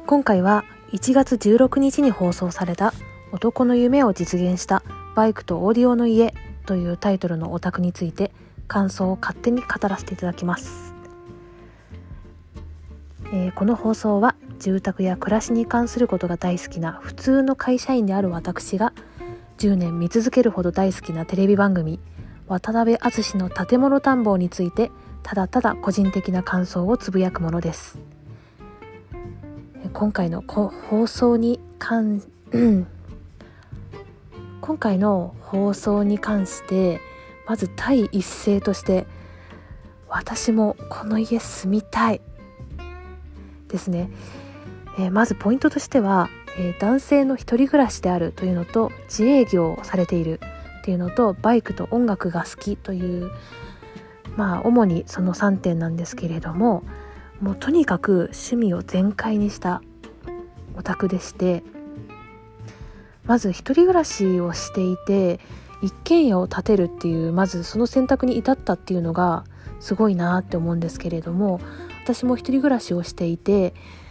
今回は1月16日に放送された男の夢を実現したバイクとオーディオの家というタイトルのオタクについて感想を勝手に語らせていただきます。この放送は住宅や暮らしに関することが大好きな普通の会社員である私が10年見続けるほど大好きなテレビ番組渡辺篤の建物探訪についてただただ個人的な感想をつぶやくものです。今回の放送に関してまず第一声として私もこの家住みたいですね。まずポイントとしては、男性の一人暮らしであるというのと自営業をされているっていうのとバイクと音楽が好きという主にその3点なんですけれども、もうとにかく趣味を全開にしたオタクでして、まず一人暮らしをしていて一軒家を建てるっていうまずその選択に至ったっていうのがすごいなって思うんですけれども、私も一人暮らしをしていて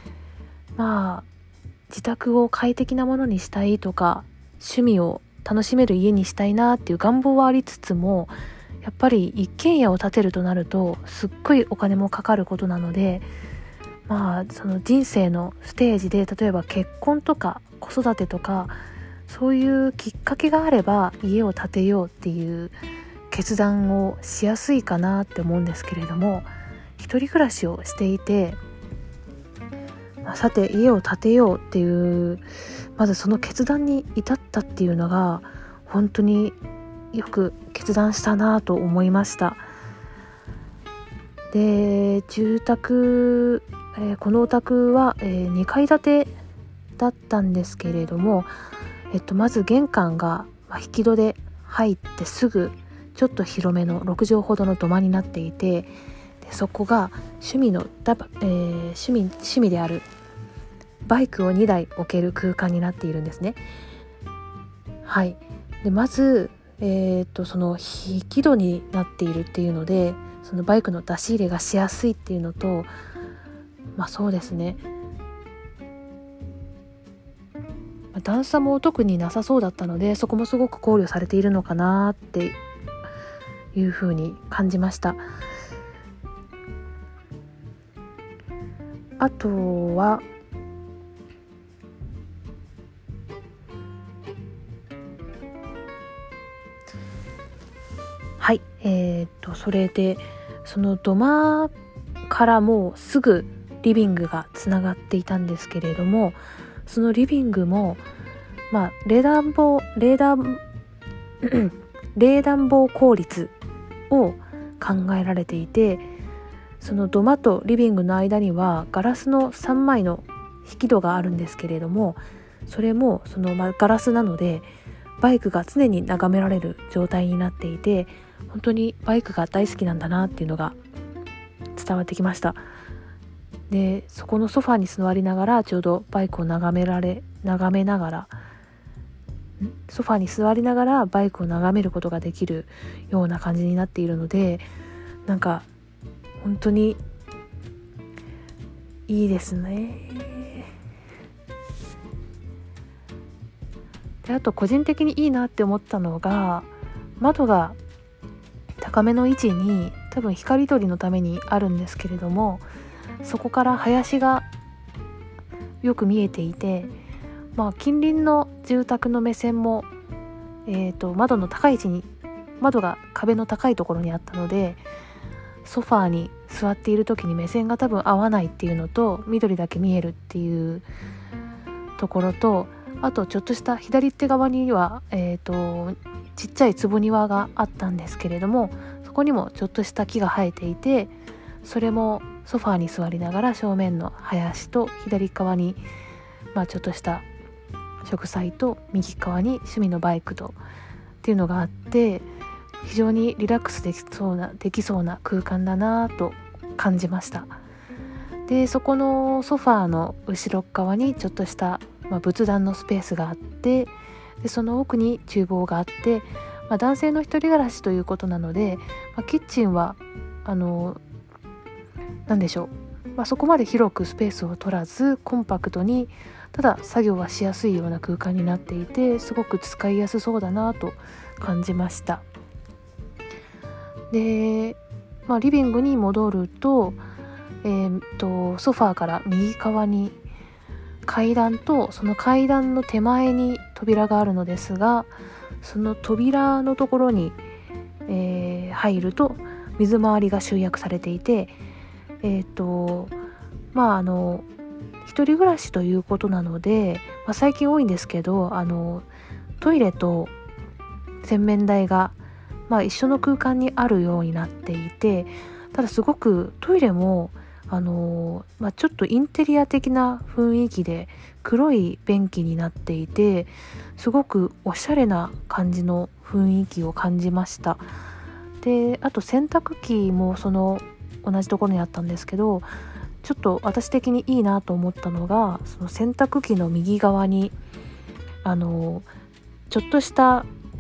自宅を快適なものにしたいとか趣味を楽しめる家にしたいなっていう願望はありつつも、やっぱり一軒家を建てるとなるとすっごいお金もかかることなので、その人生のステージで例えば結婚とか子育てとかそういうきっかけがあれば家を建てようっていう決断をしやすいかなって思うんですけれども、一人暮らしをしていてさて家を建てようっていうまずその決断に至ったっていうのが本当によく決断したなと思いました。で住宅、このお宅は、2階建てだったんですけれども、まず玄関が引き戸で入ってすぐちょっと広めの6畳ほどの土間になっていて、でそこが趣味であるバイクを2台置ける空間になっているんですね。はい。でまず、その引き戸になっているっていうのでそのバイクの出し入れがしやすいっていうのと、そうですね、段差も特になさそうだったのでそこもすごく考慮されているのかなっていうふうに感じました。あとはそれでその土間からもうすぐリビングがつながっていたんですけれども、そのリビングも冷暖房効率を考えられていて、その土間とリビングの間にはガラスの3枚の引き戸があるんですけれども、それもそのガラスなのでバイクが常に眺められる状態になっていて、本当にバイクが大好きなんだなっていうのが伝わってきました。でそこのソファーに座りながらちょうどバイクを眺めながらソファーに座りながらバイクを眺めることができるような感じになっているので、なんか本当にいいですね。であと個人的にいいなって思ったのが、窓が高めの位置に多分光取りのためにあるんですけれども、そこから林がよく見えていて、近隣の住宅の目線も、窓の高い位置に窓が壁の高いところにあったので、ソファーに座っている時に目線が多分合わないっていうのと緑だけ見えるっていうところと、あとちょっとした左手側には、ちっちゃい坪庭があったんですけれども、そこにもちょっとした木が生えていて、それもソファーに座りながら正面の林と左側に、ちょっとした植栽と右側に趣味のバイクとっていうのがあって、非常にリラックスできそうな空間だなと感じました。でそこのソファーの後ろ側にちょっとした、仏壇のスペースがあって、でその奥に厨房があって、男性の一人暮らしということなので、キッチンはなんでしょう、 そこまで広くスペースを取らずコンパクトに、ただ作業はしやすいような空間になっていて、すごく使いやすそうだなと感じました。で、リビングに戻ると、ソファーから右側に階段と、その階段の手前に扉があるのですが、その扉のところに、入ると水回りが集約されていて、一人暮らしということなので、最近多いんですけど、トイレと洗面台が、一緒の空間にあるようになっていて、ただすごくトイレもちょっとインテリア的な雰囲気で黒い便器になっていて、すごくおしゃれな感じの雰囲気を感じました。で、あと洗濯機もその同じところにあったんですけど、ちょっと私的にいいなと思ったのが、その洗濯機の右側にちょっとした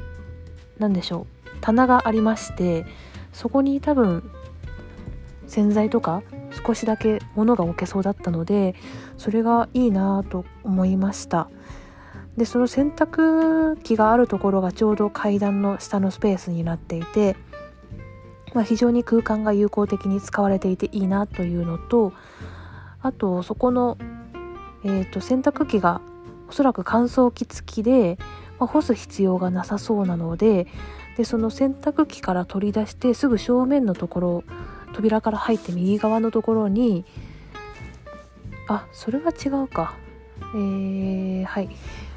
棚がありまして、そこに多分洗剤とか少しだけ物が置けそうだったので、それがいいなと思いました。で、その洗濯機があるところがちょうど階段の下のスペースになっていて、非常に空間が有効的に使われていていいなというのと、あとそこの、洗濯機がおそらく乾燥機付きで、干す必要がなさそうなので、その洗濯機から取り出してすぐ正面のところ、扉から入って右側のところに、それは違うか、はい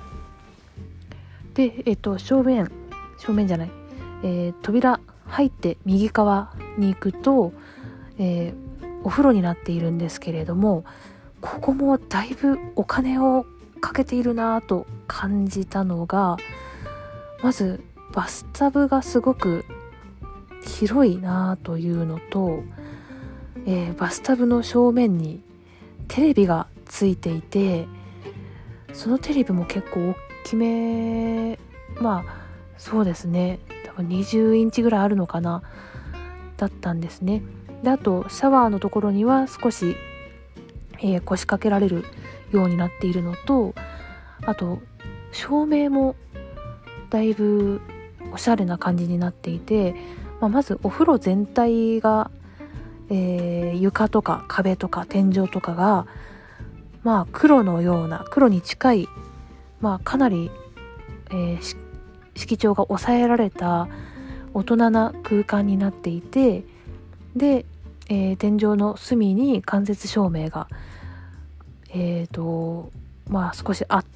で、正面じゃない、扉入って右側に行くと、お風呂になっているんですけれども、ここもだいぶお金をかけているなと感じたのが、まずバスタブがすごく広いなというのと、バスタブの正面にテレビがついていて、そのテレビも結構大きめ、そうですね、多分20インチぐらいあるのかな、だったんですね。で、あとシャワーのところには少し、腰掛けられるようになっているのと、あと照明もだいぶおしゃれな感じになっていて、まずお風呂全体が、床とか壁とか天井とかが、黒のような、黒に近い、かなり、色調が抑えられた大人な空間になっていて、で、天井の隅に間接照明が少しあって、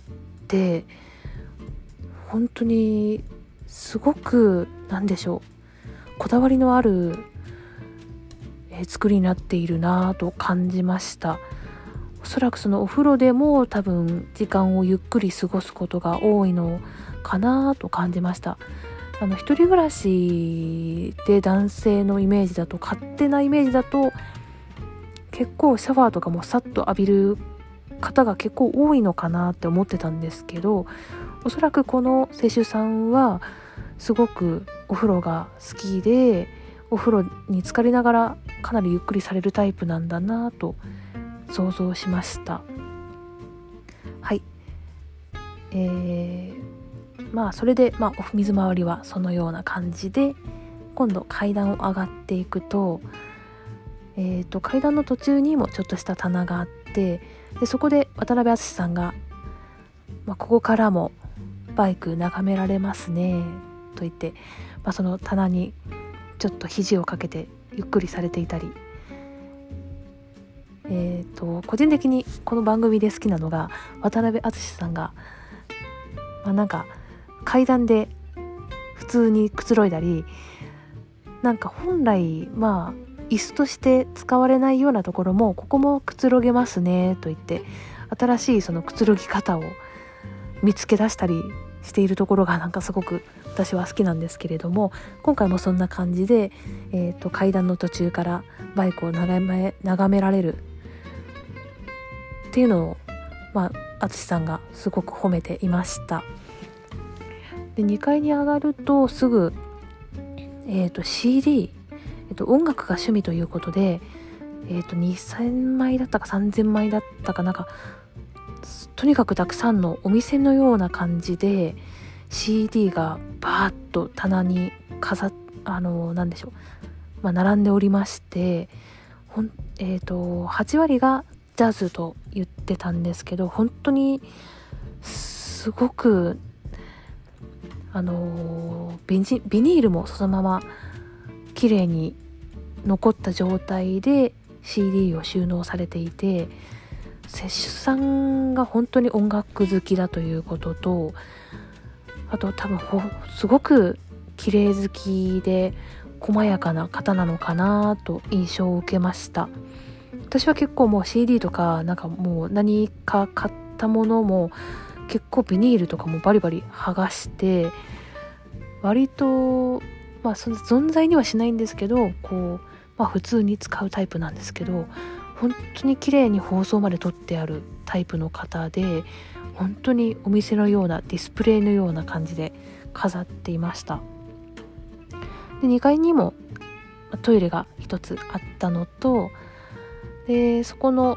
本当にすごくこだわりのある、作りになっているなと感じました。おそらくそのお風呂でも多分時間をゆっくり過ごすことが多いのかなと感じました。一人暮らしで男性のイメージだと、勝手なイメージだと結構シャワーとかもさっと浴びる方が結構多いのかなって思ってたんですけど、おそらくこの施主さんはすごくお風呂が好きで、お風呂に浸かりながらかなりゆっくりされるタイプなんだなと想像しました。はい、それで、お水回りはそのような感じで、今度階段を上がっていくと、階段の途中にもちょっとした棚があって、でそこで渡辺篤さんが、ここからもバイク眺められますねと言って、その棚にちょっと肘をかけてゆっくりされていたり、個人的にこの番組で好きなのが、渡辺篤さんが、階段で普通にくつろいだり、本来椅子として使われないようなところも、ここもくつろげますねと言って、新しいそのくつろぎ方を見つけ出したりしているところがすごく私は好きなんですけれども、今回もそんな感じで、階段の途中からバイクを眺められるっていうのを淳さんがすごく褒めていました。で、2階に上がるとすぐ、CD、音楽が趣味ということで 2000枚だったか3000枚だったかなんかとにかくたくさんのお店のような感じで CD がバーッと棚になんでしょう、並んでおりまして、8割がジャズと言ってたんですけど、本当にすごくビニールもそのまま綺麗に残った状態で CD を収納されていて、摂取さんが本当に音楽好きだということと、あと多分すごく綺麗好きで細やかな方なのかなと印象を受けました。私は結構もう CD とかなんかもう何か買ったものも結構ビニールとかもバリバリ剥がして割とその存在にはしないんですけど普通に使うタイプなんですけど、本当に綺麗に包装まで取ってあるタイプの方で、本当にお店のようなディスプレイのような感じで飾っていました。で2階にもトイレが一つあったのと、でそこの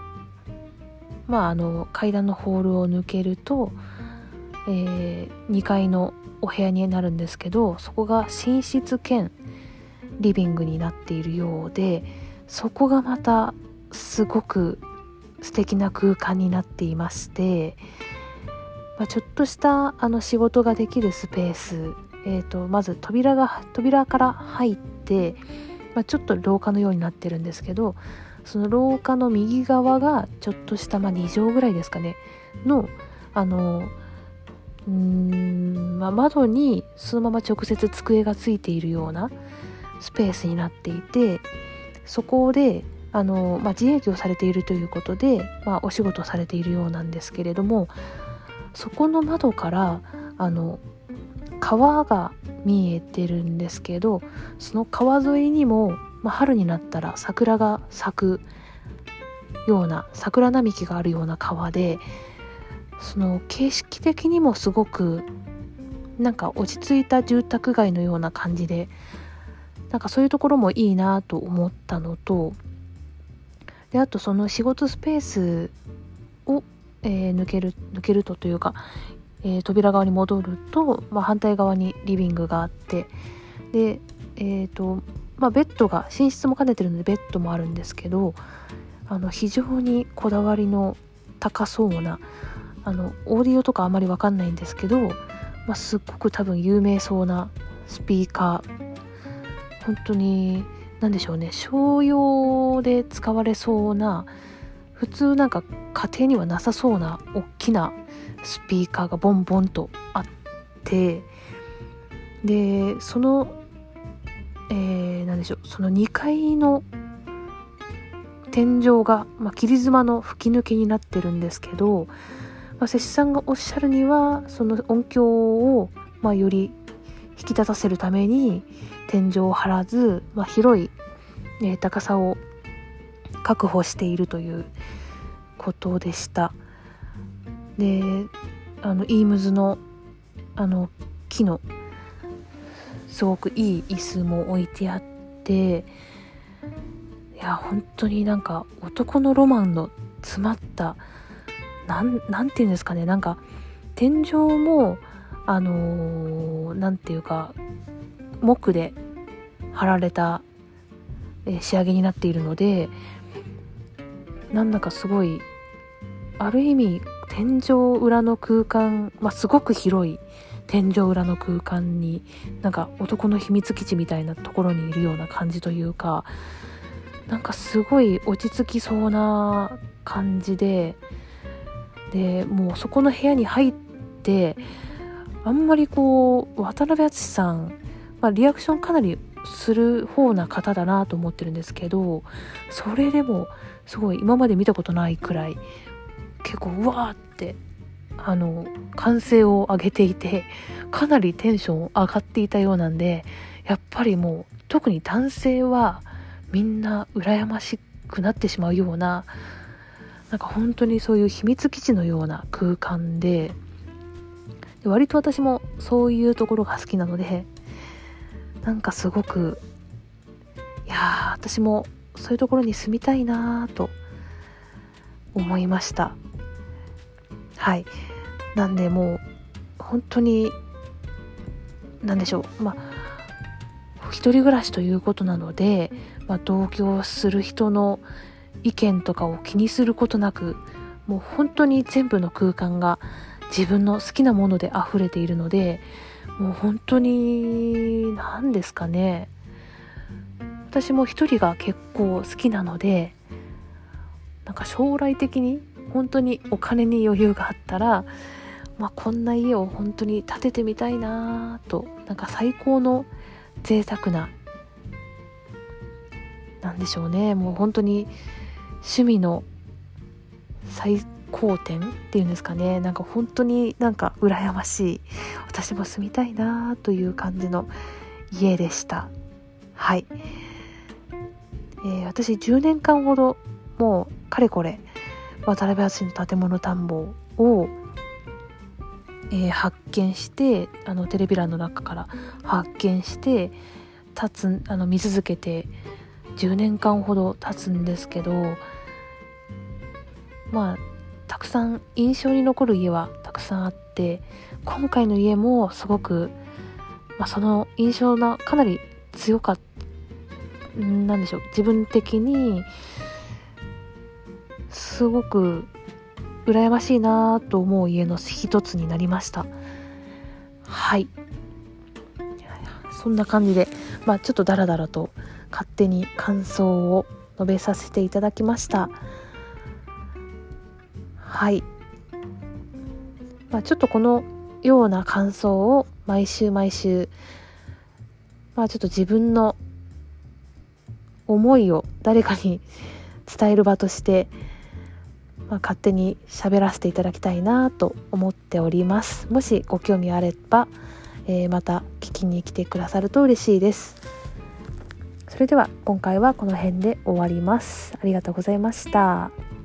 階段のホールを抜けると、2階のお部屋になるんですけど、そこが寝室兼リビングになっているようで、そこがまたすごく素敵な空間になっていまして、ちょっとした仕事ができるスペース、まず扉から入って、ちょっと廊下のようになってるんですけど、その廊下の右側がちょっとした2畳ぐらいですかねの窓にそのまま直接机がついているようなスペースになっていて、そこで自営業されているということで、お仕事されているようなんですけれども、そこの窓から川が見えてるんですけど、その川沿いにも、春になったら桜が咲くような桜並木があるような川で、その景色的にもすごくなんか落ち着いた住宅街のような感じで、なんかそういうところもいいなと思ったのと、であとその仕事スペースを、抜けるというか、扉側に戻ると、反対側にリビングがあって、でベッドが寝室も兼ねてるのでベッドもあるんですけど、非常にこだわりの高そうなオーディオとかあまり分かんないんですけど、すっごく多分有名そうなスピーカー、本当に何でしょうね、商用で使われそうな、普通なんか家庭にはなさそうな大きなスピーカーがボンボンとあって、でその何でしょう、その2階の天井が、切妻の吹き抜けになってるんですけど、摂司さんがおっしゃるには、その音響を、より引き立たせるために天井を張らず、広い、高さを確保しているということでした。でイームズの木のすごくいい椅子も置いてあって、いや本当になんか男のロマンの詰まったなんていうんですかね、なんか天井もなんていうか木で張られた、仕上げになっているので、なんだかすごいある意味天井裏の空間、すごく広い天井裏の空間に、なんか男の秘密基地みたいなところにいるような感じというか、なんかすごい落ち着きそうな感じで、もうそこの部屋に入って、あんまり渡辺篤さん、リアクションかなりする方な方だなと思ってるんですけど、それでもすごい今まで見たことないくらい結構うわーって歓声を上げていて、かなりテンション上がっていたようなんで、やっぱりもう特に男性はみんな羨ましくなってしまうような、なんか本当にそういう秘密基地のような空間で、割と私もそういうところが好きなので、なんかすごく、いや私もそういうところに住みたいなと思いました。はい。なんでもう本当に何でしょう、一人暮らしということなので、同居する人の意見とかを気にすることなく、もう本当に全部の空間が自分の好きなもので溢れているので、もう本当に何ですかね、私も一人が結構好きなので、なんか将来的に本当にお金に余裕があったら、こんな家を本当に建ててみたいなと、なんか最高の贅沢な、なんでしょうね、もう本当に趣味の最高点っていうんですかね、なんか本当になんか羨ましい、私も住みたいなという感じの家でした。はい。私10年間ほどもうかれこれ渡辺篤の建物探訪を、発見して、テレビ欄の中から発見して見続けて10年間ほど経つんですけど、たくさん印象に残る家はたくさんあって、今回の家もすごく、その印象がかなり強かった。なんでしょう、自分的にすごく羨ましいなと思う家の一つになりました。はい。そんな感じで、ちょっとダラダラと勝手に感想を述べさせていただきました。はい。ちょっとこのような感想を毎週、ちょっと自分の思いを誰かに伝える場として、勝手に喋らせていただきたいなと思っております。もしご興味あれば、また聞きに来てくださると嬉しいです。それでは今回はこの辺で終わります。ありがとうございました。